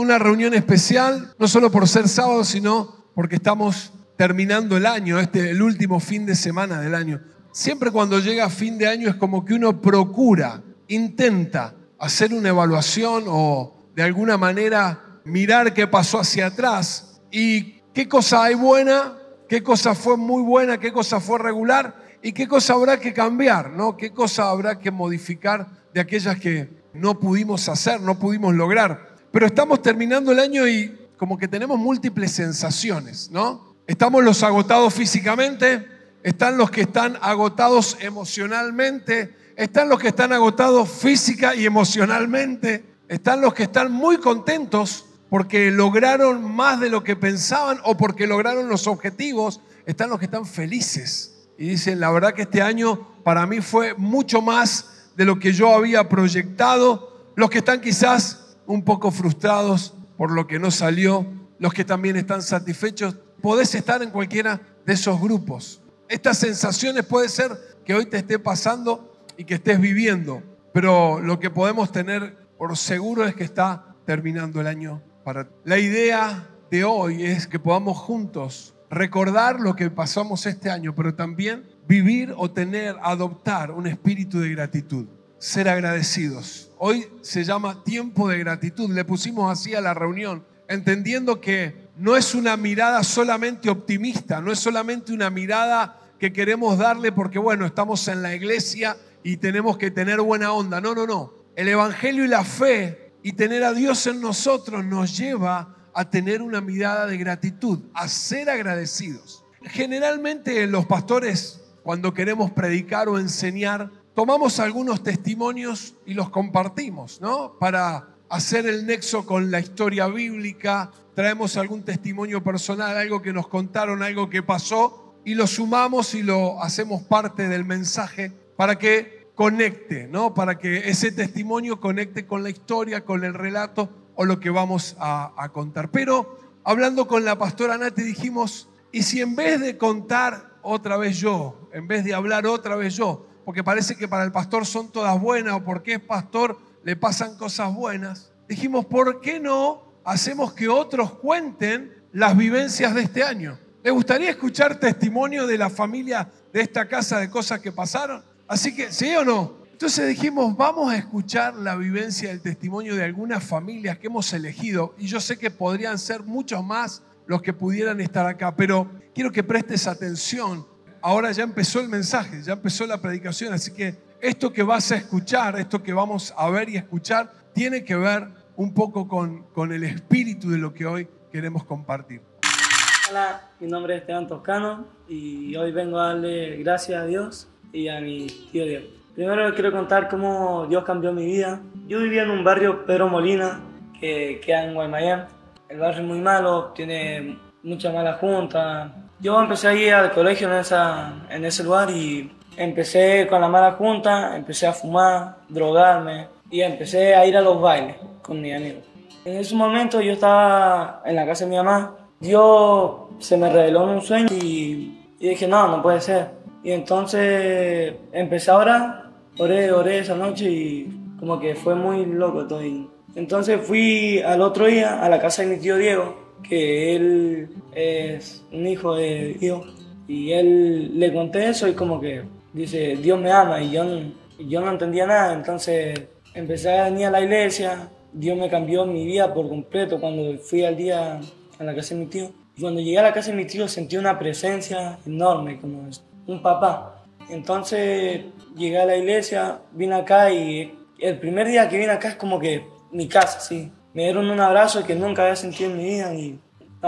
una reunión especial, no solo por ser sábado, sino porque estamos terminando el año, el último fin de semana del año. Siempre cuando llega fin de año es como que uno procura, intenta hacer una evaluación o de alguna manera mirar qué pasó hacia atrás y qué cosa hay buena, qué cosa fue muy buena, qué cosa fue regular y qué cosa habrá que cambiar, ¿no? Qué cosa habrá que modificar de aquellas que no pudimos hacer, no pudimos lograr. Pero estamos terminando el año y como que tenemos múltiples sensaciones, ¿no? Estamos los agotados físicamente, están los que están agotados emocionalmente, están los que están agotados física y emocionalmente, están los que están muy contentos porque lograron más de lo que pensaban o porque lograron los objetivos, están los que están felices y dicen, la verdad que este año para mí fue mucho más de lo que yo había proyectado, los que están quizás un poco frustrados por lo que no salió, los que también están satisfechos. Podés estar en cualquiera de esos grupos. Estas sensaciones puede ser que hoy te esté pasando y que estés viviendo, pero lo que podemos tener por seguro es que está terminando el año para ti. La idea de hoy es que podamos juntos recordar lo que pasamos este año, pero también vivir o adoptar un espíritu de gratitud, ser agradecidos. Hoy se llama tiempo de gratitud, le pusimos así a la reunión, entendiendo que no es una mirada solamente optimista, no es solamente una mirada que queremos darle porque, bueno, estamos en la iglesia y tenemos que tener buena onda. No, no, no. El evangelio y la fe y tener a Dios en nosotros nos lleva a tener una mirada de gratitud, a ser agradecidos. Generalmente los pastores, cuando queremos predicar o enseñar, tomamos algunos testimonios y los compartimos, ¿no? Para hacer el nexo con la historia bíblica, traemos algún testimonio personal, algo que nos contaron, algo que pasó, y lo sumamos y lo hacemos parte del mensaje para que conecte, ¿no? Para que ese testimonio conecte con la historia, con el relato o lo que vamos a contar. Pero hablando con la pastora Nati dijimos, ¿y si en vez de contar otra vez yo, en vez de hablar otra vez yo, porque parece que para el pastor son todas buenas o porque es pastor le pasan cosas buenas, dijimos, ¿por qué no hacemos que otros cuenten las vivencias de este año? ¿Les gustaría escuchar testimonio de la familia de esta casa de cosas que pasaron? Así que, ¿sí o no? Entonces dijimos, vamos a escuchar la vivencia, el testimonio de algunas familias que hemos elegido, y yo sé que podrían ser muchos más los que pudieran estar acá, pero quiero que prestes atención. Ahora ya empezó el mensaje, ya empezó la predicación, así que esto que vas a escuchar, esto que vamos a ver y escuchar, tiene que ver un poco con el espíritu de lo que hoy queremos compartir. Hola, mi nombre es Esteban Toscano y hoy vengo a darle gracias a Dios y a mi tío Diego. Primero quiero contar cómo Dios cambió mi vida. Yo vivía en un barrio, Pedro Molina, que queda en Guaymallén. El barrio es muy malo, tiene mucha mala junta. Yo empecé a ir al colegio en ese lugar y empecé con la mala junta, empecé a fumar, drogarme y empecé a ir a los bailes con mis amigos. En ese momento yo estaba en la casa de mi mamá. Dios se me reveló en un sueño y dije, no puede ser. Y entonces empecé a orar, oré esa noche y como que fue muy loco todo. Entonces fui al otro día a la casa de mi tío Diego, que él es un hijo de Dios, y él le conté eso y como que dice, Dios me ama, y yo no entendía nada. Entonces empecé a venir a la iglesia, Dios me cambió mi vida por completo cuando fui al día a la casa de mi tío. Y cuando llegué a la casa de mi tío sentí una presencia enorme, como un papá. Entonces llegué a la iglesia, vine acá y el primer día que vine acá es como que mi casa, sí. Me dieron un abrazo que nunca había sentido en mi vida y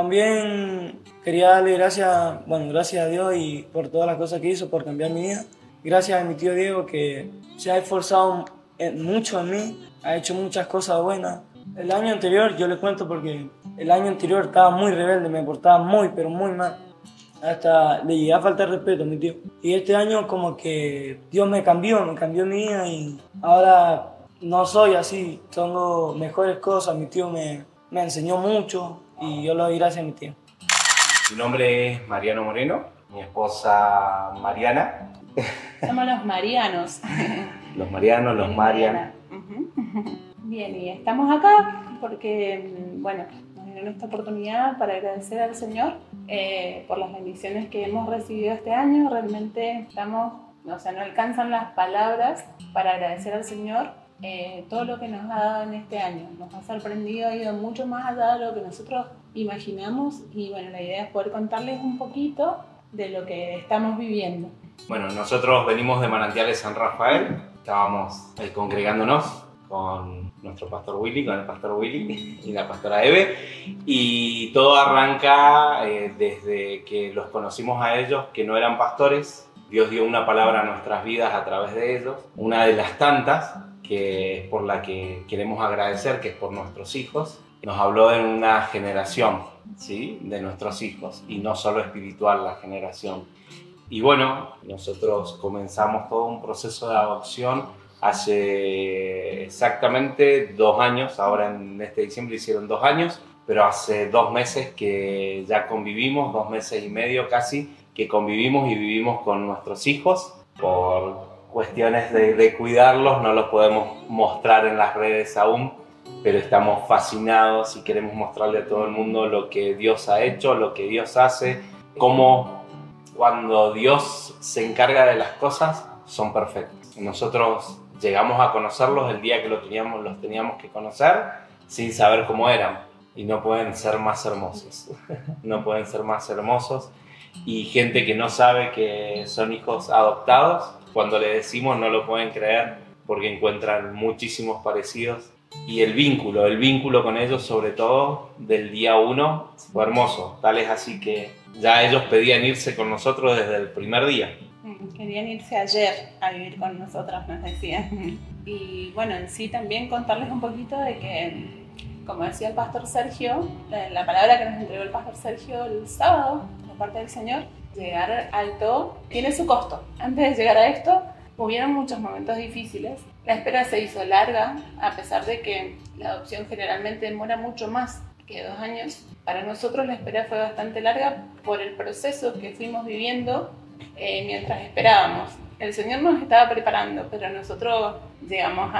también quería darle gracias a Dios y por todas las cosas que hizo por cambiar mi vida. Gracias a mi tío Diego que se ha esforzado mucho en mí, ha hecho muchas cosas buenas. El año anterior, yo le cuento porque el año anterior estaba muy rebelde, me portaba muy, pero muy mal. Hasta le llegué a faltar respeto a mi tío. Y este año como que Dios me cambió mi vida y ahora no soy así, tengo mejores cosas. Mi tío me enseñó mucho y yo le doy gracias a mi tío. Mi nombre es Mariano Moreno, mi esposa Mariana. Somos los Marianos. Los Marianos, los Marian. Bien, y estamos acá porque, bueno, nos dieron esta oportunidad para agradecer al Señor por las bendiciones que hemos recibido este año. Realmente no alcanzan las palabras para agradecer al Señor todo lo que nos ha dado en este año. Nos ha sorprendido, ha ido mucho más allá de lo que nosotros imaginamos y bueno, la idea es poder contarles un poquito de lo que estamos viviendo. Bueno, nosotros venimos de Manantiales San Rafael, estábamos congregándonos con nuestro pastor Willy, con el pastor Willy y la pastora Eve, y todo arranca desde que los conocimos a ellos, que no eran pastores. Dios dio una palabra a nuestras vidas a través de ellos, una de las tantas, que es por la que queremos agradecer, que es por nuestros hijos. Nos habló de una generación, ¿sí?, de nuestros hijos, y no solo espiritual la generación. Y bueno, nosotros comenzamos todo un proceso de adopción hace exactamente 2 años, ahora en este diciembre hicieron 2 años, pero hace 2 meses que ya convivimos, 2 meses y medio casi, que convivimos y vivimos con nuestros hijos. Por cuestiones de cuidarlos no los podemos mostrar en las redes aún, pero estamos fascinados y queremos mostrarle a todo el mundo lo que Dios ha hecho, lo que Dios hace, cómo cuando Dios se encarga de las cosas son perfectas. Nosotros llegamos a conocerlos el día que los teníamos que conocer sin saber cómo eran, y no pueden ser más hermosos. No pueden ser más hermosos. Y gente que no sabe que son hijos adoptados, cuando le decimos no lo pueden creer porque encuentran muchísimos parecidos. Y el vínculo con ellos, sobre todo del día 1, fue hermoso. Tal es así que ya ellos pedían irse con nosotros desde el primer día. Querían irse ayer a vivir con nosotros, nos decían. Y bueno, en sí también contarles un poquito de que, como decía el pastor Sergio, la palabra que nos entregó el pastor Sergio el sábado, de parte del Señor, llegar alto tiene su costo. Antes de llegar a esto, hubieron muchos momentos difíciles. La espera se hizo larga, a pesar de que la adopción generalmente demora mucho más que 2 años. Para nosotros la espera fue bastante larga por el proceso que fuimos viviendo mientras esperábamos. El Señor nos estaba preparando, pero nosotros llegamos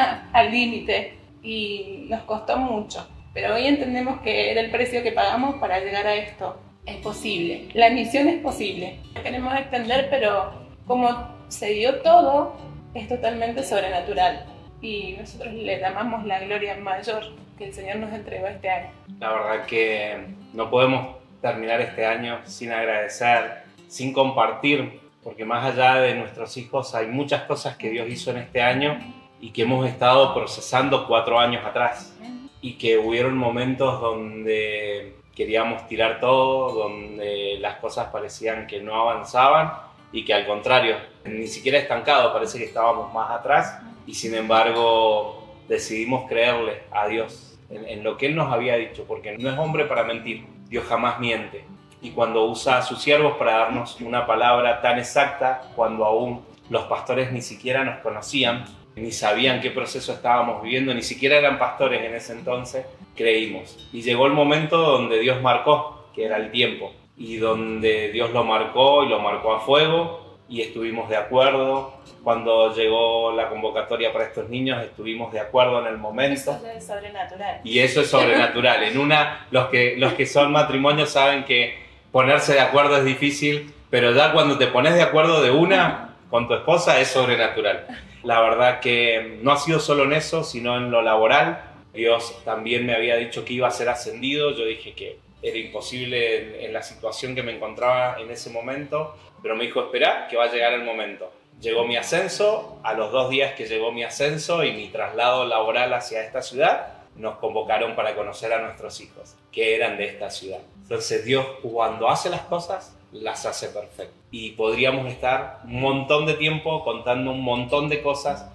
al límite y nos costó mucho. Pero hoy entendemos que era el precio que pagamos para llegar a esto. Es posible, la misión es posible. Queremos extender, pero como se dio todo, es totalmente sobrenatural. Y nosotros le damos la gloria mayor que el Señor nos entregó este año. La verdad que no podemos terminar este año sin agradecer, sin compartir, porque más allá de nuestros hijos hay muchas cosas que Dios hizo en este año y que hemos estado procesando 4 años atrás, y que hubieron momentos donde queríamos tirar todo, donde las cosas parecían que no avanzaban y que al contrario, ni siquiera estancado, parece que estábamos más atrás, y sin embargo decidimos creerle a Dios en lo que Él nos había dicho, porque no es hombre para mentir, Dios jamás miente. Y cuando usa a sus siervos para darnos una palabra tan exacta, cuando aún los pastores ni siquiera nos conocían, ni sabían qué proceso estábamos viviendo, ni siquiera eran pastores en ese entonces, creímos. Y llegó el momento donde Dios marcó, que era el tiempo, y donde Dios lo marcó y lo marcó a fuego, y estuvimos de acuerdo. Cuando llegó la convocatoria para estos niños, estuvimos de acuerdo en el momento. Eso es sobrenatural. Y eso es sobrenatural. Los que son matrimonios saben que ponerse de acuerdo es difícil, pero ya cuando te pones de acuerdo de una con tu esposa es sobrenatural. La verdad que no ha sido solo en eso, sino en lo laboral. Dios también me había dicho que iba a ser ascendido. Yo dije que era imposible en la situación que me encontraba en ese momento, pero me dijo, espera, que va a llegar el momento. Llegó mi ascenso. A los 2 días que llegó mi ascenso y mi traslado laboral hacia esta ciudad, nos convocaron para conocer a nuestros hijos, que eran de esta ciudad. Entonces Dios, cuando hace las cosas, las hace perfectas. Y podríamos estar un montón de tiempo contando un montón de cosas,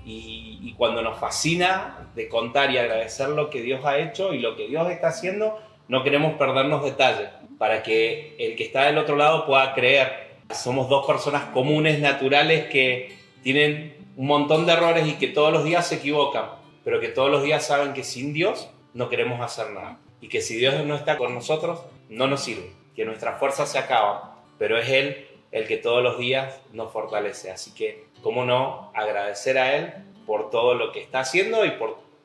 y cuando nos fascina de contar y agradecer lo que Dios ha hecho y lo que Dios está haciendo, no queremos perdernos detalles para que el que está del otro lado pueda creer. Somos 2 personas comunes, naturales, que tienen un montón de errores y que todos los días se equivocan, pero que todos los días saben que sin Dios no queremos hacer nada, y que si Dios no está con nosotros no nos sirve, que nuestras fuerzas se acaban, pero es Él el que todos los días nos fortalece. Así que, cómo no agradecer a Él por todo lo que está haciendo y por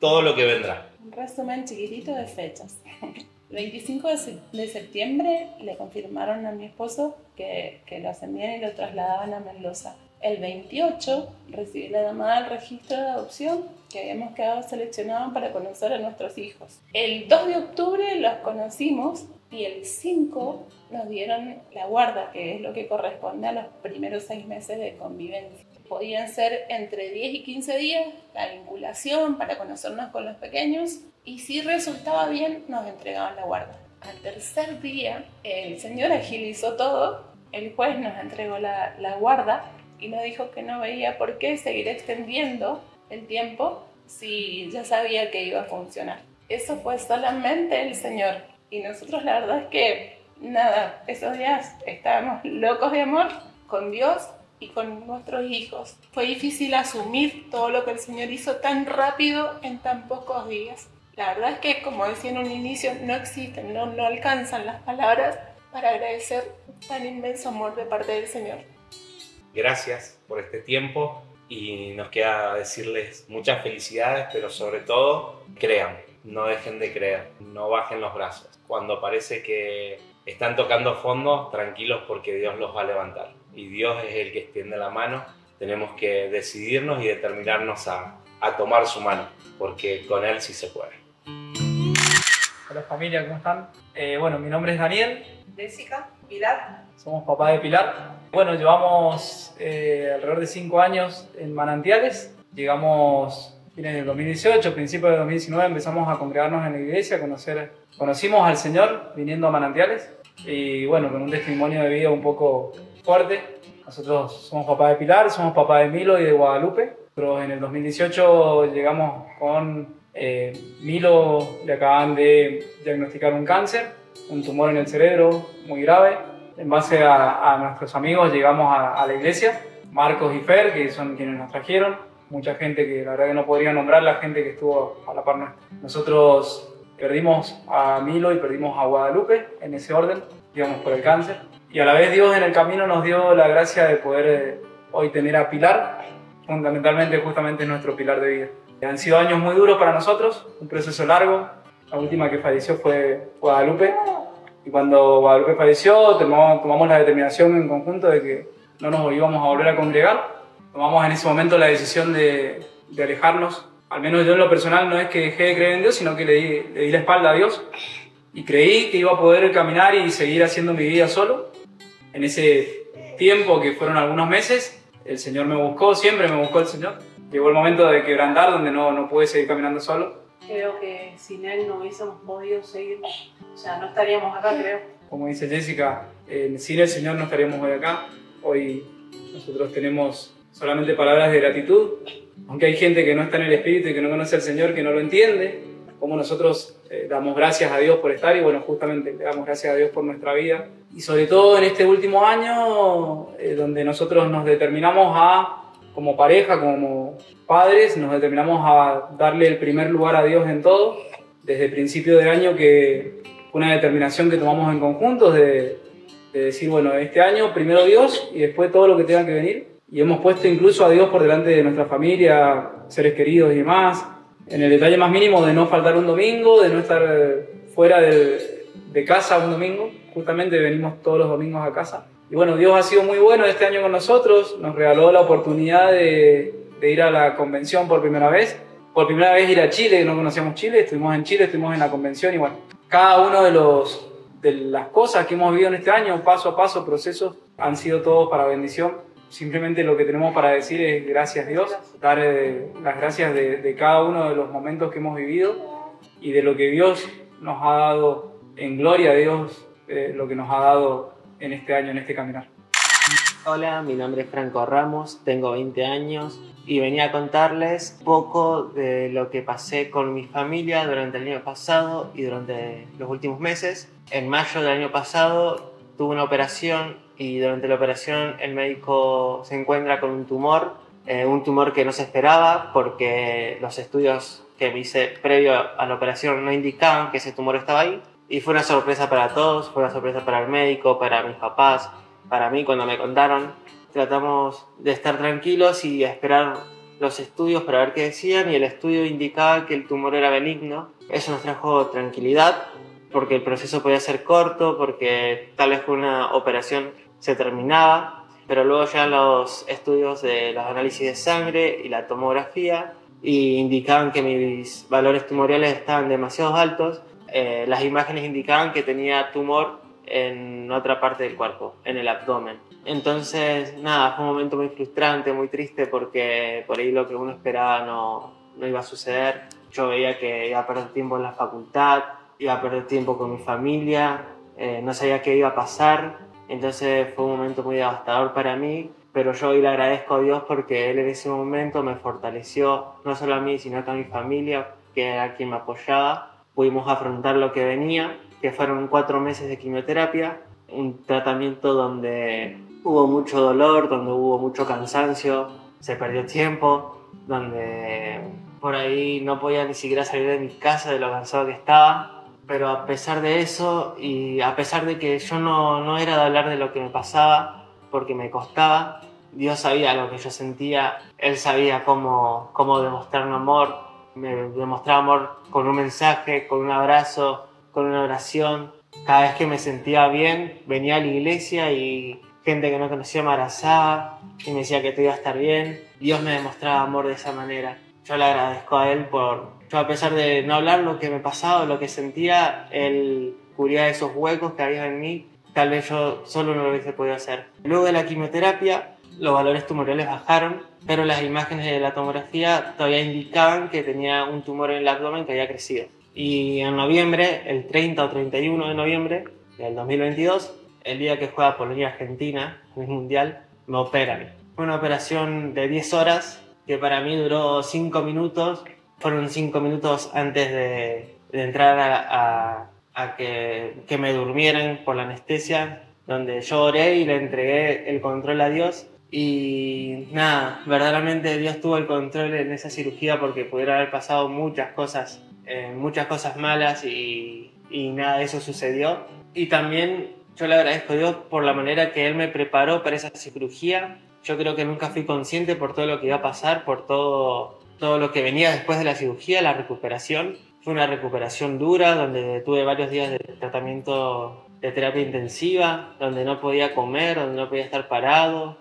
todo lo que vendrá. Un resumen chiquitito de fechas. El 25 de septiembre le confirmaron a mi esposo que lo ascendían y lo trasladaban a Mendoza. El 28 recibí la llamada al registro de adopción que habíamos quedado seleccionados para conocer a nuestros hijos. El 2 de octubre los conocimos y el 5 nos dieron la guarda, que es lo que corresponde a los primeros 6 meses de convivencia. Podían ser entre 10 y 15 días la vinculación para conocernos con los pequeños y si resultaba bien nos entregaban la guarda. Al tercer día el señor agilizó todo, el juez nos entregó la guarda y nos dijo que no veía por qué seguir extendiendo el tiempo si ya sabía que iba a funcionar. Eso fue solamente el señor y nosotros la verdad es que nada, esos días estábamos locos de amor con Dios y con nuestros hijos. Fue difícil asumir todo lo que el Señor hizo tan rápido en tan pocos días. La verdad es que, como decía en un inicio, no existen, no alcanzan las palabras para agradecer tan inmenso amor de parte del Señor. Gracias por este tiempo y nos queda decirles muchas felicidades, pero sobre todo, crean, no dejen de creer, no bajen los brazos. Cuando parece que están tocando fondo, tranquilos porque Dios los va a levantar. Y Dios es el que extiende la mano. Tenemos que decidirnos y determinarnos a tomar su mano, porque con Él sí se puede. Hola familia, ¿cómo están? Bueno, mi nombre es Daniel. Jessica, Pilar. Somos papá de Pilar. Bueno, llevamos alrededor de 5 años en Manantiales. Llegamos fines del 2018, principios del 2019 empezamos a congregarnos en la iglesia, conocimos al Señor viniendo a Manantiales y bueno, con un testimonio de vida un poco fuerte. Nosotros somos papá de Pilar, somos papá de Milo y de Guadalupe. Nosotros en el 2018 llegamos con Milo, le acaban de diagnosticar un cáncer, un tumor en el cerebro muy grave. En base a nuestros amigos llegamos a la iglesia, Marcos y Fer, que son quienes nos trajeron. Mucha gente que la verdad que no podría nombrar, la gente que estuvo a la par nuestra. Nosotros perdimos a Milo y perdimos a Guadalupe en ese orden, digamos por el cáncer. Y a la vez Dios en el camino nos dio la gracia de poder hoy tener a Pilar, fundamentalmente justamente nuestro pilar de vida. Han sido años muy duros para nosotros, un proceso largo. La última que falleció fue Guadalupe. Y cuando Guadalupe falleció, tomamos la determinación en conjunto de que no nos íbamos a volver a congregar. Tomamos en ese momento la decisión de alejarnos. Al menos yo en lo personal no es que dejé de creer en Dios, sino que le di la espalda a Dios. Y creí que iba a poder caminar y seguir haciendo mi vida solo. En ese tiempo, que fueron algunos meses, el Señor me buscó, siempre me buscó el Señor. Llegó el momento de quebrantar, donde no pude seguir caminando solo. Creo que sin Él no hubiésemos podido seguir, o sea, no estaríamos acá, creo. Como dice Jessica, sin el Señor no estaríamos hoy acá. Hoy nosotros tenemos solamente palabras de gratitud, aunque hay gente que no está en el Espíritu y que no conoce al Señor, que no lo entiende, como nosotros damos gracias a Dios por estar y bueno, justamente le damos gracias a Dios por nuestra vida. Y sobre todo en este último año, donde nosotros nos determinamos como pareja, como padres, nos determinamos a darle el primer lugar a Dios en todo, desde el principio del año, que fue una determinación que tomamos en conjunto de decir, bueno, este año primero Dios y después todo lo que tenga que venir. Y hemos puesto incluso a Dios por delante de nuestra familia, seres queridos y demás, en el detalle más mínimo de no faltar un domingo, de no estar fuera de casa un domingo. Justamente venimos todos los domingos a casa. Y bueno, Dios ha sido muy bueno este año con nosotros, nos regaló la oportunidad de ir a la convención por primera vez. Por primera vez ir a Chile, no conocíamos Chile, estuvimos en Chile, estuvimos en la convención y bueno, cada uno de las cosas que hemos vivido en este año, paso a paso, procesos, han sido todos para bendición. Simplemente lo que tenemos para decir es gracias Dios, dar las gracias de cada uno de los momentos que hemos vivido y de lo que Dios nos ha dado en gloria a Dios, lo que nos ha dado en este año, en este caminar. Hola, mi nombre es Franco Ramos, tengo 20 años y venía a contarles un poco de lo que pasé con mi familia durante el año pasado y durante los últimos meses. En mayo del año pasado tuve una operación y durante la operación el médico se encuentra con un tumor que no se esperaba porque los estudios que me hice previo a la operación no indicaban que ese tumor estaba ahí. Y fue una sorpresa para todos, fue una sorpresa para el médico, para mis papás, para mí cuando me contaron. Tratamos de estar tranquilos y esperar los estudios para ver qué decían y el estudio indicaba que el tumor era benigno. Eso nos trajo tranquilidad porque el proceso podía ser corto, porque tal vez con una operación se terminaba, pero luego ya los estudios de los análisis de sangre y la tomografía y indicaban que mis valores tumorales estaban demasiado altos. Las imágenes indicaban que tenía tumor en otra parte del cuerpo, en el abdomen. Entonces, nada, fue un momento muy frustrante, muy triste, porque por ahí lo que uno esperaba no iba a suceder. Yo veía que iba a perder tiempo en la facultad, iba a perder tiempo con mi familia, no sabía qué iba a pasar. Entonces fue un momento muy devastador para mí, pero yo hoy le agradezco a Dios porque Él en ese momento me fortaleció, no solo a mí, sino a mi familia, que era quien me apoyaba. Pudimos afrontar lo que venía, que fueron 4 meses de quimioterapia, un tratamiento donde hubo mucho dolor, donde hubo mucho cansancio, se perdió tiempo, donde por ahí no podía ni siquiera salir de mi casa de lo cansado que estaba. Pero a pesar de eso y a pesar de que yo no era de hablar de lo que me pasaba porque me costaba, Dios sabía lo que yo sentía, Él sabía cómo demostrarme amor, me demostraba amor con un mensaje, con un abrazo, con una oración. Cada vez que me sentía bien, venía a la iglesia y gente que no conocía me abrazaba y me decía que todo iba a estar bien. Dios me demostraba amor de esa manera. Yo le agradezco a Él yo a pesar de no hablar lo que me pasaba, lo que sentía, Él cubría esos huecos que había en mí. Tal vez yo solo no lo hubiese podido hacer. Luego de la quimioterapia, los valores tumorales bajaron, pero las imágenes de la tomografía todavía indicaban que tenía un tumor en el abdomen que había crecido. Y en noviembre, el 30 o 31 de noviembre del 2022, el día que juega Polonia-Argentina en el Mundial, me operan. Fue una operación de 10 horas que para mí duró 5 minutos. Fueron 5 minutos antes de entrar a que me durmieran por la anestesia, donde yo oré y le entregué el control a Dios. Y nada, verdaderamente Dios tuvo el control en esa cirugía porque pudieron haber pasado muchas cosas malas y nada de eso sucedió. Y también yo le agradezco a Dios por la manera que Él me preparó para esa cirugía. Yo creo que nunca fui consciente por todo lo que iba a pasar, por todo lo que venía después de la cirugía, la recuperación. Fue una recuperación dura, donde tuve varios días de tratamiento de terapia intensiva, donde no podía comer, donde no podía estar parado,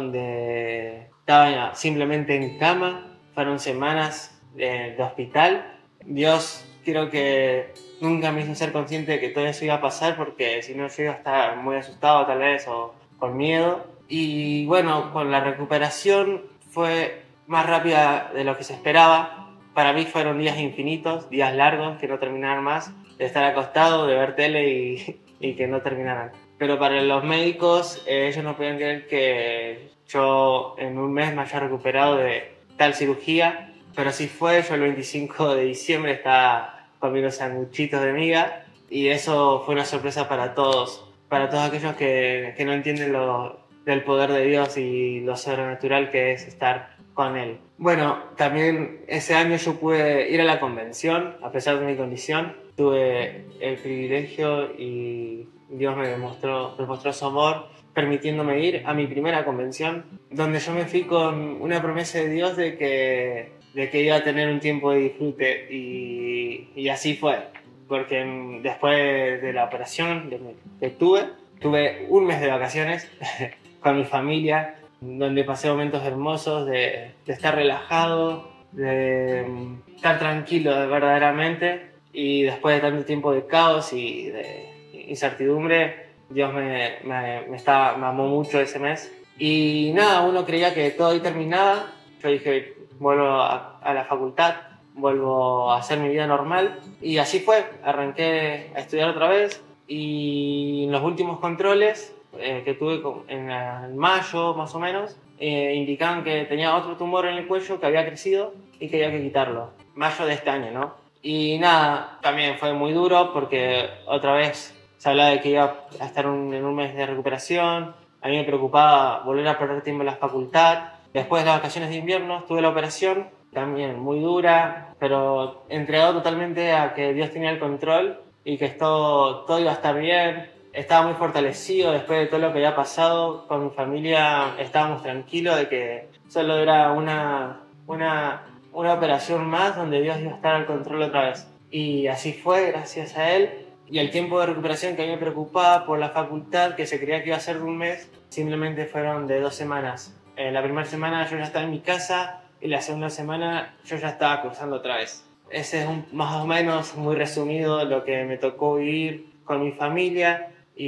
donde estaba simplemente en cama. Fueron semanas de hospital. Dios creo que nunca me hizo ser consciente de que todo eso iba a pasar, porque si no yo iba a estar muy asustado tal vez o con miedo. Y bueno, con la recuperación fue más rápida de lo que se esperaba. Para mí fueron días infinitos, días largos que no terminaron más, de estar acostado, de ver tele y que no terminaran. Pero para los médicos, ellos no podían creer que yo en un mes me haya recuperado de tal cirugía, pero así fue. Yo el 25 de diciembre estaba comiendo sanguchitos de miga y eso fue una sorpresa para todos aquellos que no entienden del poder de Dios y lo sobrenatural que es estar con Él. Bueno, también ese año yo pude ir a la convención, a pesar de mi condición. Tuve el privilegio y Dios me mostró su amor, permitiéndome ir a mi primera convención, donde yo me fui con una promesa de Dios de que iba a tener un tiempo de disfrute y así fue. Porque después de la operación que tuve un mes de vacaciones con mi familia, donde pasé momentos hermosos de estar relajado, de estar tranquilo verdaderamente. Y después de tanto tiempo de caos y de incertidumbre, Dios me amó mucho ese mes. Y nada, uno creía que todo ahí terminaba. Yo dije, vuelvo a la facultad, vuelvo a hacer mi vida normal. Y así fue, arranqué a estudiar otra vez. Y en los últimos controles que tuve en mayo más o menos, indicaban que tenía otro tumor en el cuello que había crecido y que había que quitarlo. Mayo de este año, ¿no? Y nada, también fue muy duro porque otra vez se hablaba de que iba a estar en un mes de recuperación. A mí me preocupaba volver a perder tiempo en la facultad. Después de las vacaciones de invierno tuve la operación, también muy dura, pero entregado totalmente a que Dios tenía el control y que todo iba a estar bien. Estaba muy fortalecido después de todo lo que había pasado con mi familia. Estábamos tranquilos de que solo era una una operación más donde Dios iba a estar al control otra vez. Y así fue, gracias a Él. Y el tiempo de recuperación que a mí me preocupaba por la facultad, que se creía que iba a ser de un mes, simplemente fueron de 2 semanas. La primera semana yo ya estaba en mi casa y la segunda semana yo ya estaba cursando otra vez. Ese es más o menos muy resumido lo que me tocó vivir con mi familia,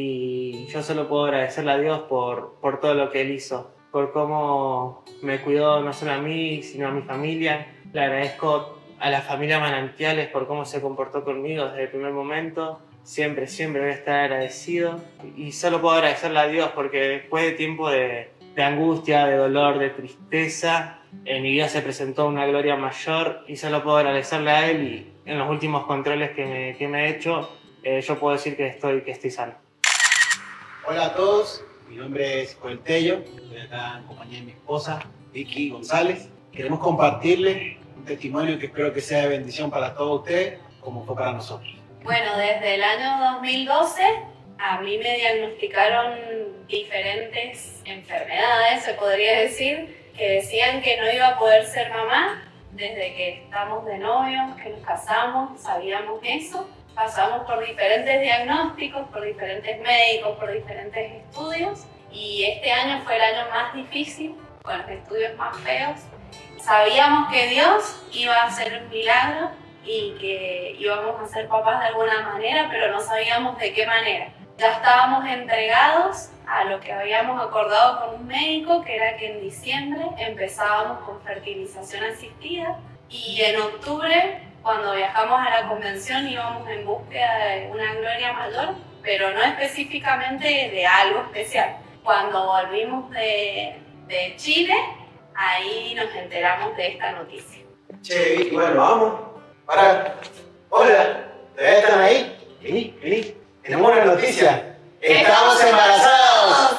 y yo solo puedo agradecerle a Dios por todo lo que Él hizo, por cómo me cuidó no solo a mí, sino a mi familia. Le agradezco a la familia Manantiales por cómo se comportó conmigo desde el primer momento. Siempre voy a estar agradecido, y solo puedo agradecerle a Dios porque después de tiempo de angustia, de dolor, de tristeza, en mi vida se presentó una gloria mayor, y solo puedo agradecerle a Él. Y en los últimos controles que me he hecho, yo puedo decir que estoy sano. Hola a todos, mi nombre es Joel Tello, estoy acá en compañía de mi esposa, Vicky González. Queremos compartirles un testimonio que espero que sea de bendición para todos ustedes, como fue para nosotros. Bueno, desde el año 2012 a mí me diagnosticaron diferentes enfermedades, se podría decir, que decían que no iba a poder ser mamá. Desde que estamos de novios, que nos casamos, sabíamos eso. Pasamos por diferentes diagnósticos, por diferentes médicos, por diferentes estudios, y este año fue el año más difícil, con los estudios más feos. Sabíamos que Dios iba a hacer un milagro y que íbamos a ser papás de alguna manera, pero no sabíamos de qué manera. Ya estábamos entregados a lo que habíamos acordado con un médico, que era que en diciembre empezábamos con fertilización asistida, y en octubre, cuando viajamos a la convención, íbamos en búsqueda de una gloria mayor, pero no específicamente de algo especial. Cuando volvimos de Chile, ahí nos enteramos de esta noticia. Che, Vicky, bueno, vamos. Para. Hola, ¿todavía están ahí? Vení. Tenemos una noticia. ¡Estamos embarazados!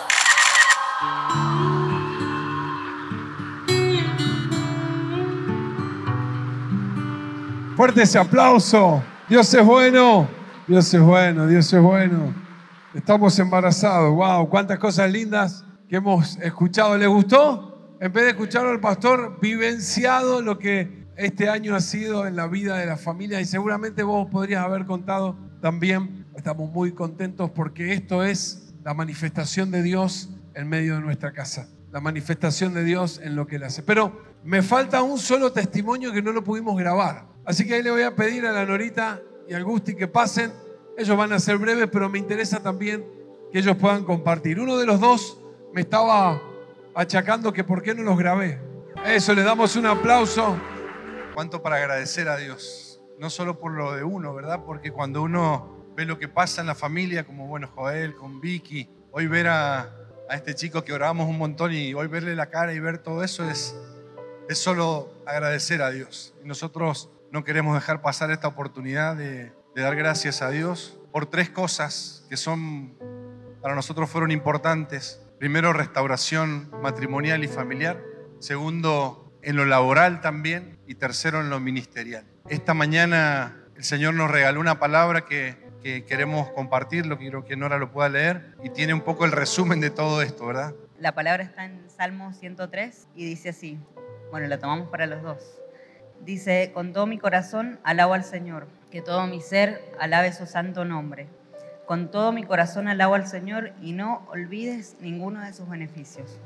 Fuerte ese aplauso. Dios es bueno. Dios es bueno. Dios es bueno. Estamos embarazados. Wow, cuántas cosas lindas que hemos escuchado. ¿Les gustó? En vez de escuchar al pastor vivenciado lo que este año ha sido en la vida de la familia, y seguramente vos podrías haber contado también. Estamos muy contentos porque esto es la manifestación de Dios en medio de nuestra casa. La manifestación de Dios en lo que Él hace. Pero me falta un solo testimonio que no lo pudimos grabar. Así que ahí le voy a pedir a la Norita y al Gusti que pasen. Ellos van a ser breves, pero me interesa también que ellos puedan compartir. Uno de los dos me estaba achacando que por qué no los grabé. Eso, le damos un aplauso. Cuánto para agradecer a Dios. No solo por lo de uno, ¿verdad? Porque cuando uno ve lo que pasa en la familia, como bueno, Joel, con Vicky, hoy ver a este chico que oramos un montón, y hoy verle la cara y ver todo eso es solo agradecer a Dios. Y nosotros no queremos dejar pasar esta oportunidad de dar gracias a Dios por 3 cosas que para nosotros fueron importantes. Primero, restauración matrimonial y familiar. Segundo, en lo laboral también. Y tercero, en lo ministerial. Esta mañana el Señor nos regaló una palabra que queremos compartirlo, quiero que Nora lo pueda leer, y tiene un poco el resumen de todo esto, ¿verdad? La palabra está en Salmo 103 y dice así, bueno, la tomamos para los dos. Dice, con todo mi corazón alabo al Señor, que todo mi ser alabe su santo nombre. Con todo mi corazón alabo al Señor y no olvides ninguno de sus beneficios.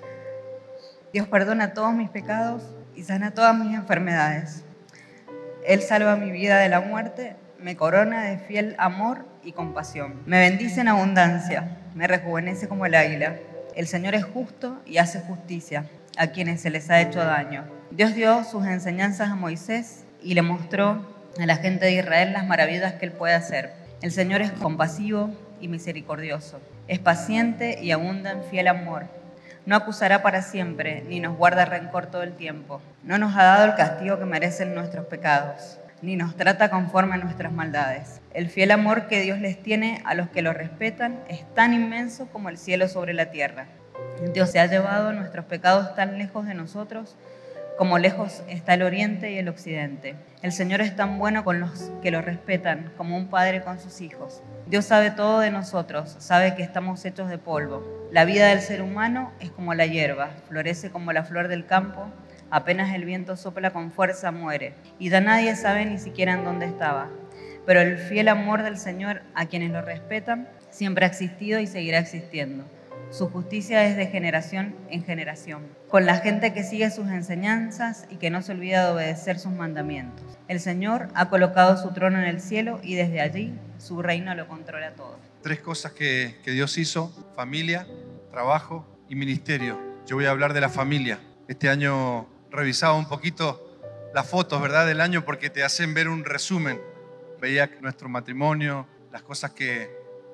Dios perdona todos mis pecados y sana todas mis enfermedades. Él salva mi vida de la muerte, me corona de fiel amor y compasión. Me bendice en abundancia, me rejuvenece como el águila. El Señor es justo y hace justicia a quienes se les ha hecho daño. Dios dio sus enseñanzas a Moisés y le mostró a la gente de Israel las maravillas que Él puede hacer. El Señor es compasivo y misericordioso, es paciente y abunda en fiel amor. No acusará para siempre, ni nos guarda rencor todo el tiempo. No nos ha dado el castigo que merecen nuestros pecados, ni nos trata conforme a nuestras maldades. El fiel amor que Dios les tiene a los que lo respetan es tan inmenso como el cielo sobre la tierra. Dios se ha llevado nuestros pecados tan lejos de nosotros como lejos está el oriente y el occidente. El Señor es tan bueno con los que lo respetan como un padre con sus hijos. Dios sabe todo de nosotros, sabe que estamos hechos de polvo. La vida del ser humano es como la hierba, florece como la flor del campo, Apenas el viento sopla con fuerza muere, y ya nadie sabe ni siquiera en dónde estaba. Pero el fiel amor del Señor a quienes lo respetan siempre ha existido y seguirá existiendo. Su justicia es de generación en generación, con la gente que sigue sus enseñanzas y que no se olvida de obedecer sus mandamientos. El Señor ha colocado su trono en el cielo y desde allí su reino lo controla todo. 3 cosas que Dios hizo: familia, trabajo y ministerio. Yo voy a hablar de la familia. Este año revisaba un poquito las fotos, ¿verdad?, del año, porque te hacen ver un resumen. Veía nuestro matrimonio, las cosas que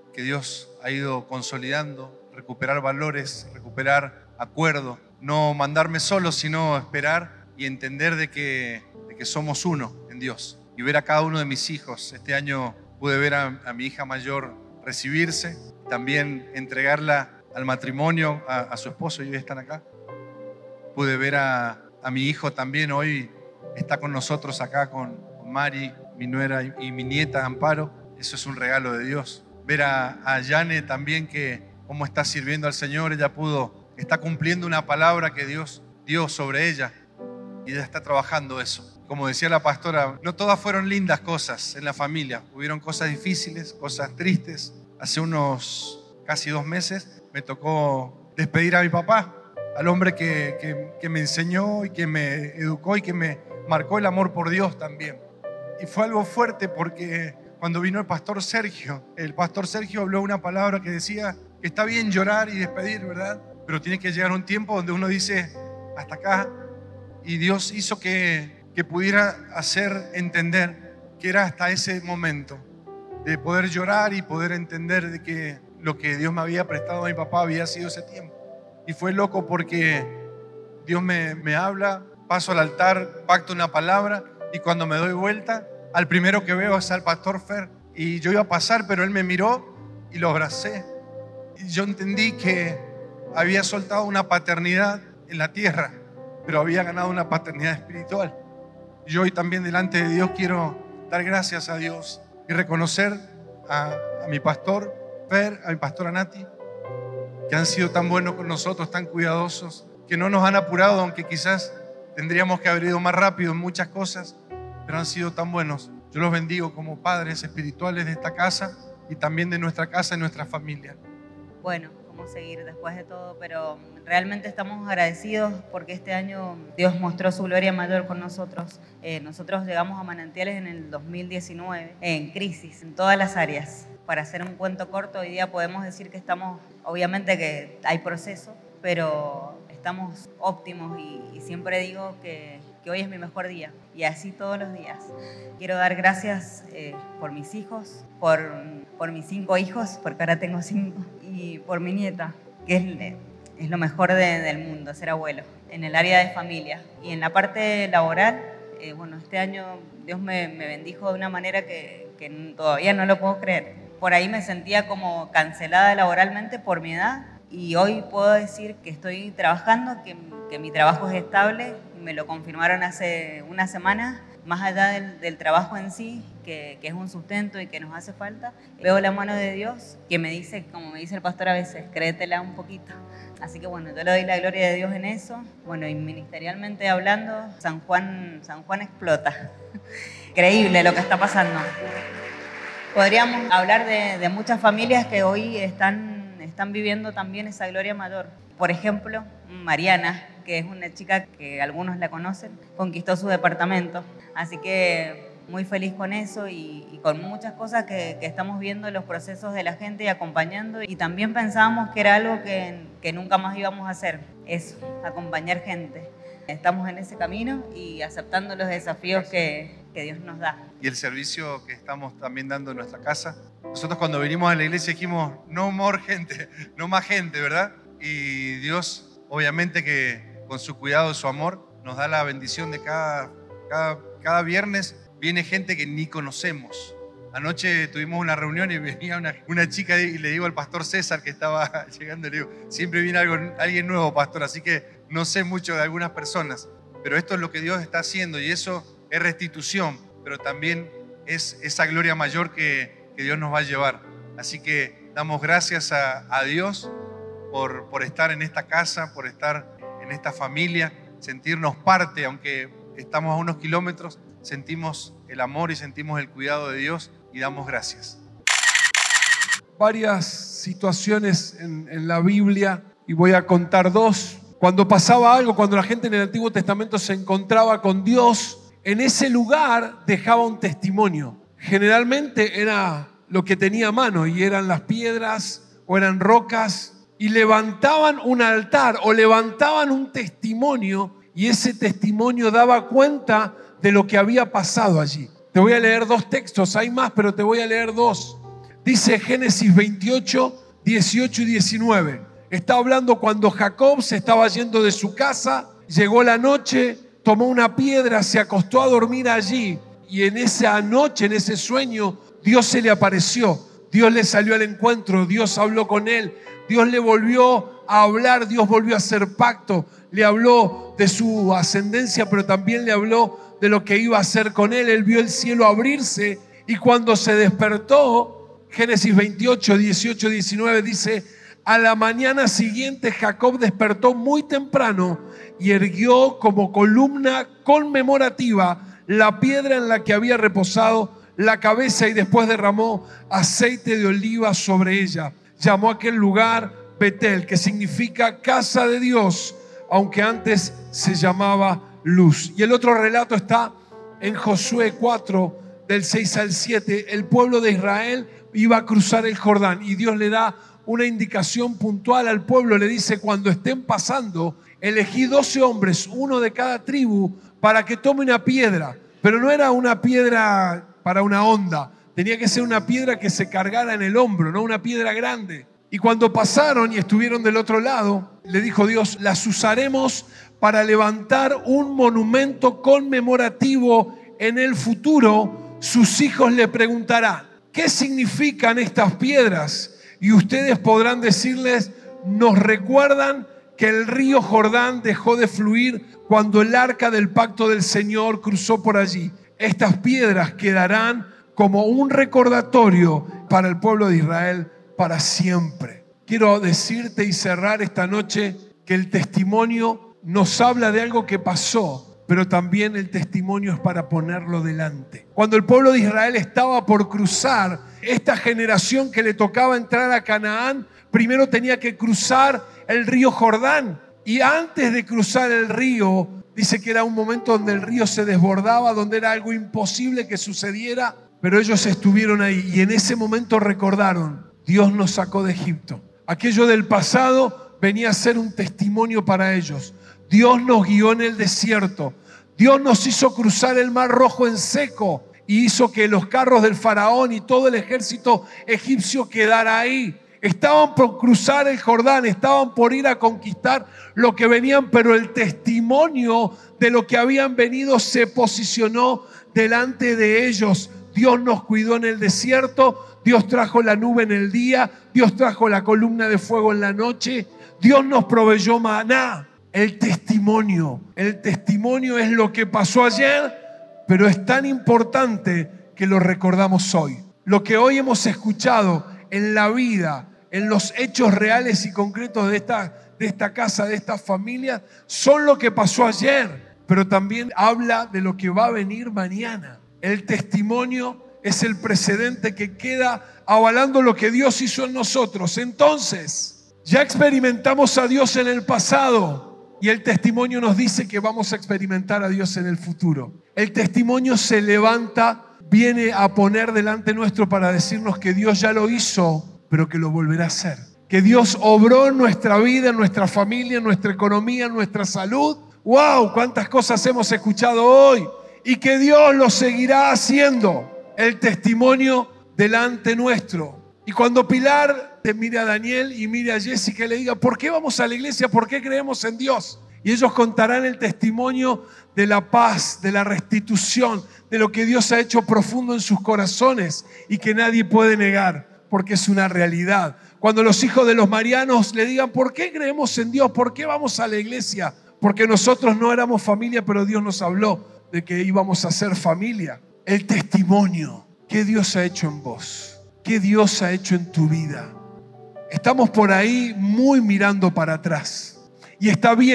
Dios ha ido consolidando, recuperar valores, recuperar acuerdos, no mandarme solo, sino esperar y entender de que somos uno en Dios. Y ver a cada uno de mis hijos. Este año pude ver a mi hija mayor recibirse, también entregarla al matrimonio, a su esposo, y hoy están acá. Pude ver a mi hijo también, hoy está con nosotros acá con Mari, mi nuera y mi nieta Amparo. Eso es un regalo de Dios. Ver a Yane también, que cómo está sirviendo al Señor. Ella está cumpliendo una palabra que Dios dio sobre ella y ella está trabajando eso. Como decía la pastora, no todas fueron lindas cosas en la familia. Hubieron cosas difíciles, cosas tristes. Hace unos casi 2 meses me tocó despedir a mi papá, al hombre que me enseñó y que me educó y que me marcó el amor por Dios también. Y fue algo fuerte porque cuando vino el pastor Sergio habló una palabra que decía que está bien llorar y despedir, ¿verdad? Pero tiene que llegar un tiempo donde uno dice hasta acá. Y Dios hizo que pudiera hacer entender que era hasta ese momento de poder llorar y poder entender de que lo que Dios me había prestado a mi papá había sido ese tiempo. Y fue loco porque Dios me habla, paso al altar, pacto una palabra, y cuando me doy vuelta, al primero que veo es al pastor Fer. Y yo iba a pasar, pero él me miró y lo abracé. Y yo entendí que había soltado una paternidad en la tierra, pero había ganado una paternidad espiritual. Y yo hoy también delante de Dios quiero dar gracias a Dios y reconocer a mi pastor Fer, a mi pastora Nati, que han sido tan buenos con nosotros, tan cuidadosos, que no nos han apurado, aunque quizás tendríamos que haber ido más rápido en muchas cosas, pero han sido tan buenos. Yo los bendigo como padres espirituales de esta casa y también de nuestra casa y nuestra familia. Bueno, cómo seguir después de todo, pero realmente estamos agradecidos porque este año Dios mostró su gloria mayor con nosotros. Nosotros llegamos a Manantiales en el 2019, en crisis, en todas las áreas. Para hacer un cuento corto, hoy día podemos decir que estamos, obviamente que hay proceso, pero estamos óptimos y siempre digo que hoy es mi mejor día y así todos los días. Quiero dar gracias por mis hijos, por mis 5 hijos, porque ahora tengo 5, y por mi nieta, que es lo mejor del mundo, ser abuelo, en el área de familia. Y en la parte laboral, bueno, este año Dios me bendijo de una manera que todavía no lo puedo creer. Por ahí me sentía como cancelada laboralmente por mi edad y hoy puedo decir que estoy trabajando, que mi trabajo es estable. Me lo confirmaron hace una semana. Más allá del trabajo en sí, que es un sustento y que nos hace falta, veo la mano de Dios que me dice, como me dice el pastor a veces, créetela un poquito. Así que bueno, yo le doy la gloria de Dios en eso. Bueno, y ministerialmente hablando, San Juan explota. Increíble lo que está pasando. Podríamos hablar de muchas familias que hoy están viviendo también esa gloria mayor. Por ejemplo, Mariana, que es una chica que algunos la conocen, conquistó su departamento. Así que muy feliz con eso y con muchas cosas que estamos viendo en los procesos de la gente y acompañando. Y también pensábamos que era algo que nunca más íbamos a hacer, eso, acompañar gente. Estamos en ese camino y aceptando los desafíos que Dios nos da. Y el servicio que estamos también dando en nuestra casa. Nosotros cuando venimos a la iglesia dijimos, no more gente, no más gente, ¿verdad? Y Dios, obviamente que con su cuidado y su amor, nos da la bendición de cada viernes viene gente que ni conocemos. Anoche tuvimos una reunión y venía una chica y le digo al pastor César que estaba llegando, le digo, siempre viene alguien nuevo, pastor, así que no sé mucho de algunas personas, pero esto es lo que Dios está haciendo y eso es restitución, pero también es esa gloria mayor que Dios nos va a llevar. Así que damos gracias a Dios por estar en esta casa, por estar en esta familia sentirnos parte, aunque estamos a unos kilómetros, sentimos el amor y sentimos el cuidado de Dios y damos gracias. Varias situaciones en la Biblia y voy a contar dos. Cuando pasaba algo, cuando la gente en el Antiguo Testamento se encontraba con Dios, en ese lugar dejaba un testimonio. Generalmente era lo que tenía a mano y eran las piedras o eran rocas y levantaban un altar o levantaban un testimonio y ese testimonio daba cuenta de lo que había pasado allí. Te voy a leer dos textos, hay más, pero te voy a leer dos. Dice Génesis 28, 18 y 19. Está hablando cuando Jacob se estaba yendo de su casa, llegó la noche, tomó una piedra, se acostó a dormir allí y en esa noche, en ese sueño, Dios se le apareció. Dios le salió al encuentro, Dios habló con él, Dios le volvió a hablar, Dios volvió a hacer pacto, le habló de su ascendencia, pero también le habló de lo que iba a hacer con él. Él vio el cielo abrirse y cuando se despertó, Génesis 28, 18, 19 dice: a la mañana siguiente Jacob despertó muy temprano y erguió como columna conmemorativa la piedra en la que había reposado la cabeza y después derramó aceite de oliva sobre ella. Llamó a aquel lugar Betel, que significa casa de Dios, aunque antes se llamaba Luz. Y el otro relato está en Josué 4, del 6 al 7. El pueblo de Israel iba a cruzar el Jordán y Dios le da una indicación puntual al pueblo. Le dice: cuando estén pasando, elegí 12 hombres, uno de cada tribu, para que tome una piedra. Pero no era una piedra para una onda, tenía que ser una piedra que se cargara en el hombro, no una piedra grande. Y cuando pasaron y estuvieron del otro lado, le dijo Dios: las usaremos para levantar un monumento conmemorativo en el futuro. Sus hijos le preguntarán: ¿qué significan estas piedras? Y ustedes podrán decirles: nos recuerdan que el río Jordán dejó de fluir cuando el arca del pacto del Señor cruzó por allí. Estas piedras quedarán como un recordatorio para el pueblo de Israel para siempre. Quiero decirte y cerrar esta noche que el testimonio nos habla de algo que pasó, pero también el testimonio es para ponerlo delante. Cuando el pueblo de Israel estaba por cruzar, esta generación que le tocaba entrar a Canaán, primero tenía que cruzar el río Jordán. Y antes de cruzar el río, dice que era un momento donde el río se desbordaba, donde era algo imposible que sucediera, pero ellos estuvieron ahí y en ese momento recordaron: Dios nos sacó de Egipto. Aquello del pasado venía a ser un testimonio para ellos. Dios nos guió en el desierto. Dios nos hizo cruzar el Mar Rojo en seco y hizo que los carros del faraón y todo el ejército egipcio quedara ahí. Estaban por cruzar el Jordán, estaban por ir a conquistar lo que venían, pero el testimonio de lo que habían venido se posicionó delante de ellos. Dios nos cuidó en el desierto, Dios trajo la nube en el día, Dios trajo la columna de fuego en la noche, Dios nos proveyó maná. El testimonio es lo que pasó ayer, pero es tan importante que lo recordamos hoy. Lo que hoy hemos escuchado en la vida, en los hechos reales y concretos de esta casa, de esta familia, son lo que pasó ayer, pero también habla de lo que va a venir mañana. El testimonio es el precedente que queda avalando lo que Dios hizo en nosotros. Entonces, ya experimentamos a Dios en el pasado y el testimonio nos dice que vamos a experimentar a Dios en el futuro. El testimonio se levanta, viene a poner delante nuestro para decirnos que Dios ya lo hizo, pero que lo volverá a hacer. Que Dios obró en nuestra vida, en nuestra familia, en nuestra economía, en nuestra salud. ¡Wow! ¿Cuántas cosas hemos escuchado hoy? Y que Dios lo seguirá haciendo. El testimonio delante nuestro. Y cuando Pilar te mire a Daniel y mire a Jessica y le diga: ¿por qué vamos a la iglesia? ¿Por qué creemos en Dios? Y ellos contarán el testimonio de la paz, de la restitución, de lo que Dios ha hecho profundo en sus corazones y que nadie puede negar, porque es una realidad. Cuando los hijos de los marianos le digan: ¿por qué creemos en Dios? ¿Por qué vamos a la iglesia? Porque nosotros no éramos familia, pero Dios nos habló de que íbamos a ser familia. El testimonio, ¿qué Dios ha hecho en vos? ¿Qué Dios ha hecho en tu vida? Estamos por ahí muy mirando para atrás. Y está bien,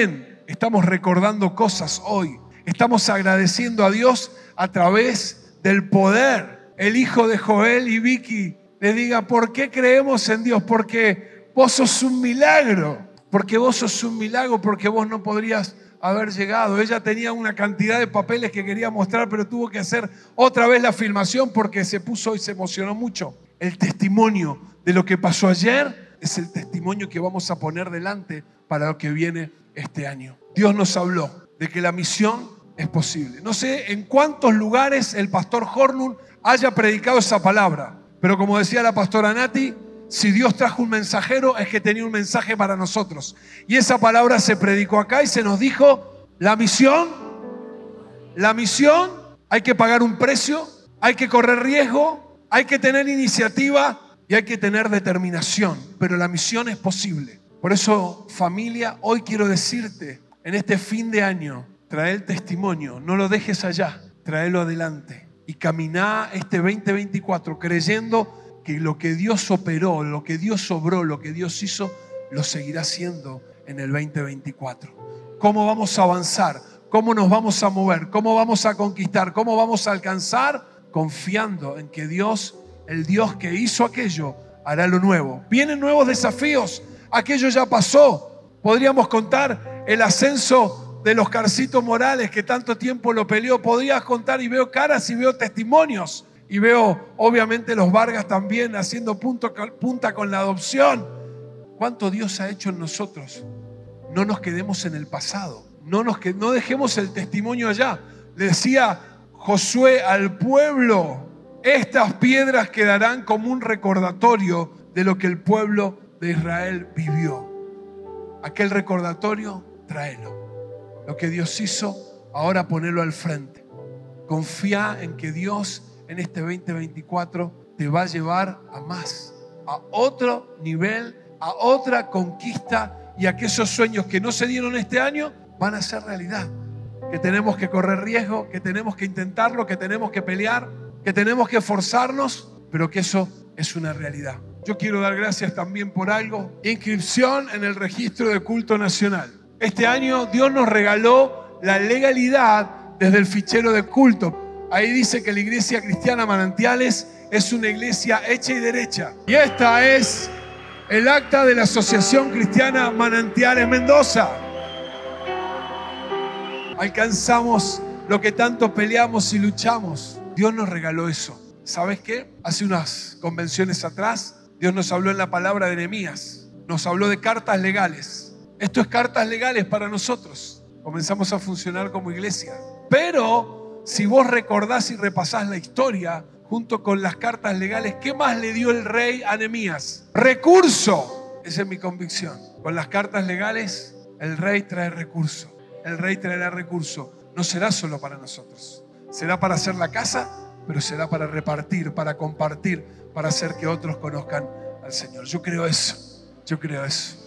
estamos recordando cosas hoy. Estamos agradeciendo a Dios a través del poder. El hijo de Joel y Vicky le diga, ¿por qué creemos en Dios? Porque vos sos un milagro. Porque vos sos un milagro, porque vos no podrías haber llegado. Ella tenía una cantidad de papeles que quería mostrar, pero tuvo que hacer otra vez la filmación porque se puso y se emocionó mucho. El testimonio de lo que pasó ayer es el testimonio que vamos a poner delante para lo que viene este año. Dios nos habló de que la misión es posible. No sé en cuántos lugares el pastor Hornung haya predicado esa palabra, pero como decía la pastora Nati, si Dios trajo un mensajero es que tenía un mensaje para nosotros. Y esa palabra se predicó acá y se nos dijo, la misión, hay que pagar un precio, hay que correr riesgo, hay que tener iniciativa y hay que tener determinación. Pero la misión es posible. Por eso, familia, hoy quiero decirte, en este fin de año, trae el testimonio, no lo dejes allá, tráelo adelante. Y caminá este 2024 creyendo que lo que Dios operó, lo que Dios obró, lo que Dios hizo, lo seguirá haciendo en el 2024. ¿Cómo vamos a avanzar? ¿Cómo nos vamos a mover? ¿Cómo vamos a conquistar? ¿Cómo vamos a alcanzar? Confiando en que Dios, el Dios que hizo aquello, hará lo nuevo. Vienen nuevos desafíos. Aquello ya pasó. Podríamos contar el ascenso de los Carcitos Morales, que tanto tiempo lo peleó. Podrías contar, y veo caras y veo testimonios. Y veo, obviamente, los Vargas también haciendo punta con la adopción. ¿Cuánto Dios ha hecho en nosotros? No nos quedemos en el pasado. No dejemos el testimonio allá. Le decía Josué al pueblo, estas piedras quedarán como un recordatorio de lo que el pueblo de Israel vivió. Aquel recordatorio, tráelo. Lo que Dios hizo, ahora ponelo al frente. Confía en que Dios en este 2024 te va a llevar a más, a otro nivel, a otra conquista, y aquellos sueños que no se dieron este año van a ser realidad. Que tenemos que correr riesgo, que tenemos que intentarlo, que tenemos que pelear, que tenemos que esforzarnos, pero que eso es una realidad. Yo quiero dar gracias también por algo. Inscripción en el registro de culto nacional. Este año Dios nos regaló la legalidad desde el fichero de culto. Ahí dice que la Iglesia Cristiana Manantiales es una iglesia hecha y derecha. Y esta es el acta de la Asociación Cristiana Manantiales Mendoza. Alcanzamos lo que tanto peleamos y luchamos. Dios nos regaló eso. ¿Sabes qué? Hace unas convenciones atrás, Dios nos habló en la palabra de Nehemías. Nos habló de cartas legales. Esto es cartas legales para nosotros. Comenzamos a funcionar como iglesia. Pero si vos recordás y repasás la historia junto con las cartas legales, ¿qué más le dio el rey a Nehemías? Recurso. Esa es mi convicción. Con las cartas legales, el rey trae recurso. El rey traerá recurso. No será solo para nosotros. Será para hacer la casa, pero será para repartir, para compartir, para hacer que otros conozcan al Señor. Yo creo eso. Yo creo eso.